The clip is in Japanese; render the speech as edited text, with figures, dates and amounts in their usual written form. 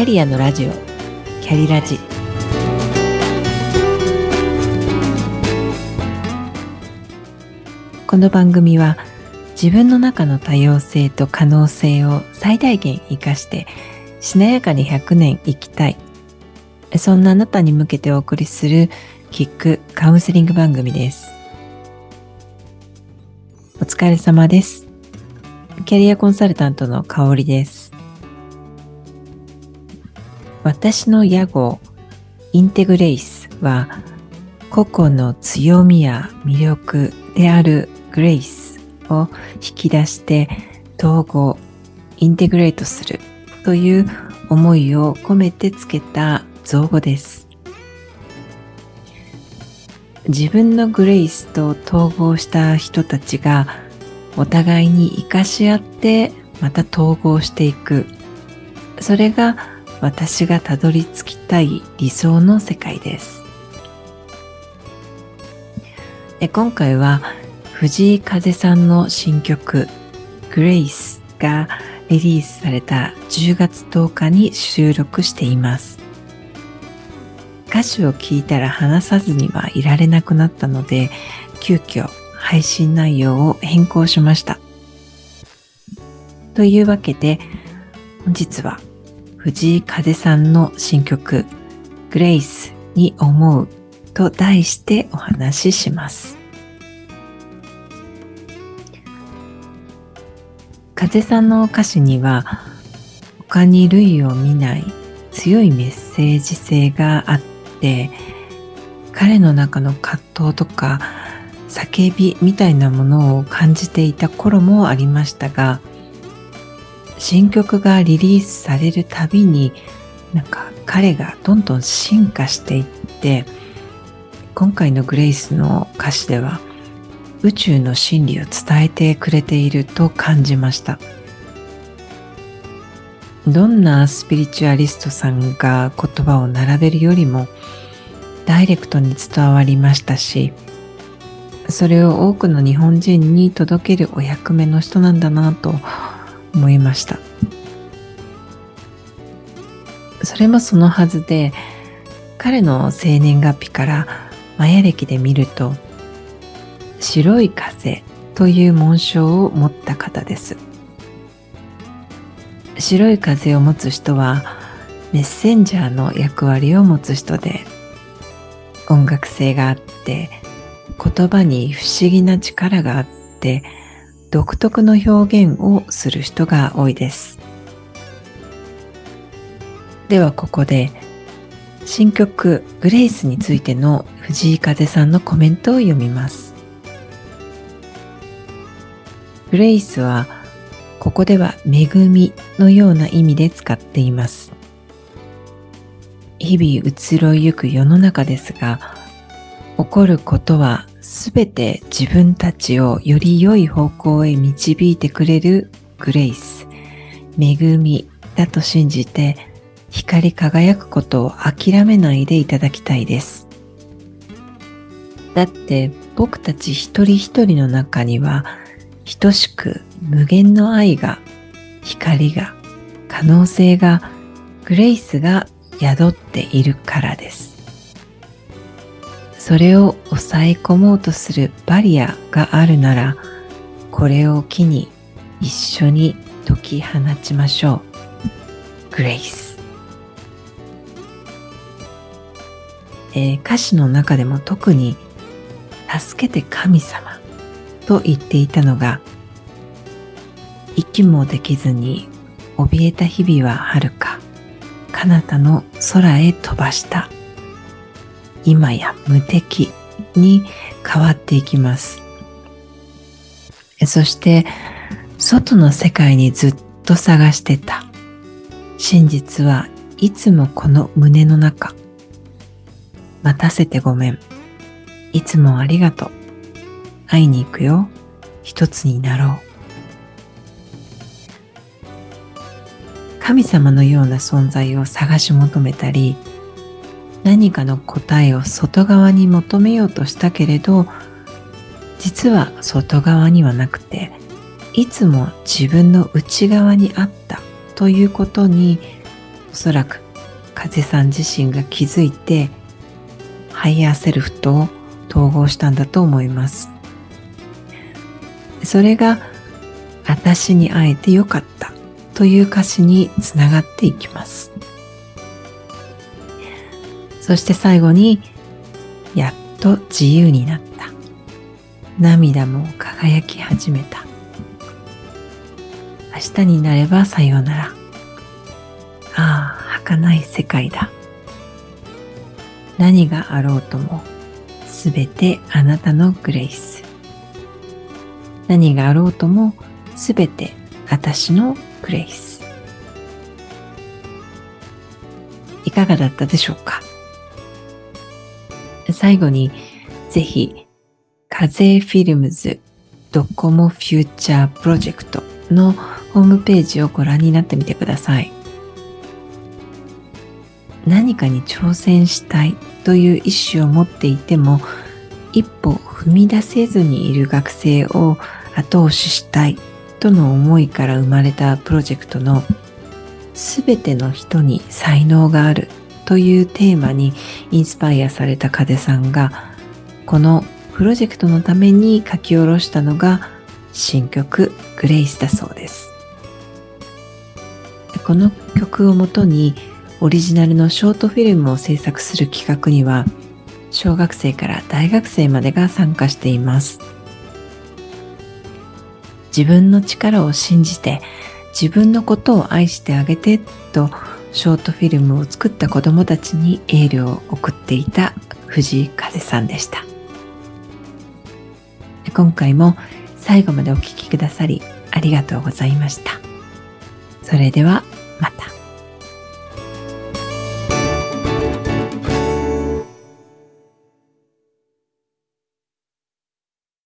キャリアのラジオ、キャリラジ。この番組は自分の中の多様性と可能性を最大限生かしてしなやかに100年生きたい、そんなあなたに向けてお送りするキックカウンセリング番組です。お疲れ様です。キャリアコンサルタントの香織です。私の屋号インテグレイスは、個々の強みや魅力であるグレイスを引き出して統合、インテグレートするという思いを込めてつけた造語です。自分のグレイスと統合した人たちがお互いに生かし合ってまた統合していく。それが私がたどり着きたい理想の世界です。今回は藤井風さんの新曲グレイスがリリースされた10月10日に収録しています。歌詞を聞いたら話さずにはいられなくなったので、急遽配信内容を変更しました。というわけで、本日は藤井風さんの新曲グレイスに思うと題してお話しします。風さんの歌詞には他に類を見ない強いメッセージ性があって、彼の中の葛藤とか叫びみたいなものを感じていた頃もありましたが、新曲がリリースされるたびに彼がどんどん進化していって、今回のグレイスの歌詞では宇宙の真理を伝えてくれていると感じました。どんなスピリチュアリストさんが言葉を並べるよりもダイレクトに伝わりましたし、それを多くの日本人に届けるお役目の人なんだなと思いました。それもそのはずで、彼の生年月日からマヤ暦で見ると白い風という紋章を持った方です。白い風を持つ人はメッセンジャーの役割を持つ人で、音楽性があって言葉に不思議な力があって独特の表現をする人が多いです。ではここで新曲グレイスについての藤井風さんのコメントを読みます。グレイスはここでは恵みのような意味で使っています。日々移ろいゆく世の中ですが、起こることはすべて自分たちをより良い方向へ導いてくれるグレイス、恵みだと信じて光り輝くことを諦めないでいただきたいです。だって僕たち一人一人の中には等しく無限の愛が、光が、可能性が、グレイスが宿っているからです。それを抑え込もうとするバリアがあるなら、これを機に一緒に解き放ちましょう。グレイス。歌詞の中でも特に助けて神様と言っていたのが、息もできずに怯えた日々は遥か彼方の空へ飛ばした。今や無敵に変わっていきます。そして外の世界にずっと探してた。真実はいつもこの胸の中。待たせてごめん。いつもありがとう。会いに行くよ。一つになろう。神様のような存在を探し求めたり、何かの答えを外側に求めようとしたけれど、実は外側にはなくて、いつも自分の内側にあったということにおそらく風さん自身が気づいてハイヤーセルフと統合したんだと思います。それが私に会えてよかったという歌詞につながっていきます。そして最後に、やっと自由になった。涙も輝き始めた。明日になればさようなら。ああ、儚い世界だ。何があろうとも、すべてあなたのグレイス。何があろうとも、すべて私のグレイス。いかがだったでしょうか。最後にぜひ風フィルムズドコモフューチャープロジェクトのホームページをご覧になってみてください。何かに挑戦したいという意思を持っていても一歩踏み出せずにいる学生を後押ししたいとの思いから生まれたプロジェクトのすべての人に才能があるというテーマにインスパイアされた風さんがこのプロジェクトのために書き下ろしたのが新曲グレイスだそうです。この曲をもとにオリジナルのショートフィルムを制作する企画には小学生から大学生までが参加しています。自分の力を信じて自分のことを愛してあげてとショートフィルムを作った子どもたちにエールを送っていた藤井風さんでした。今回も最後までお聞きくださりありがとうございました。それではまた。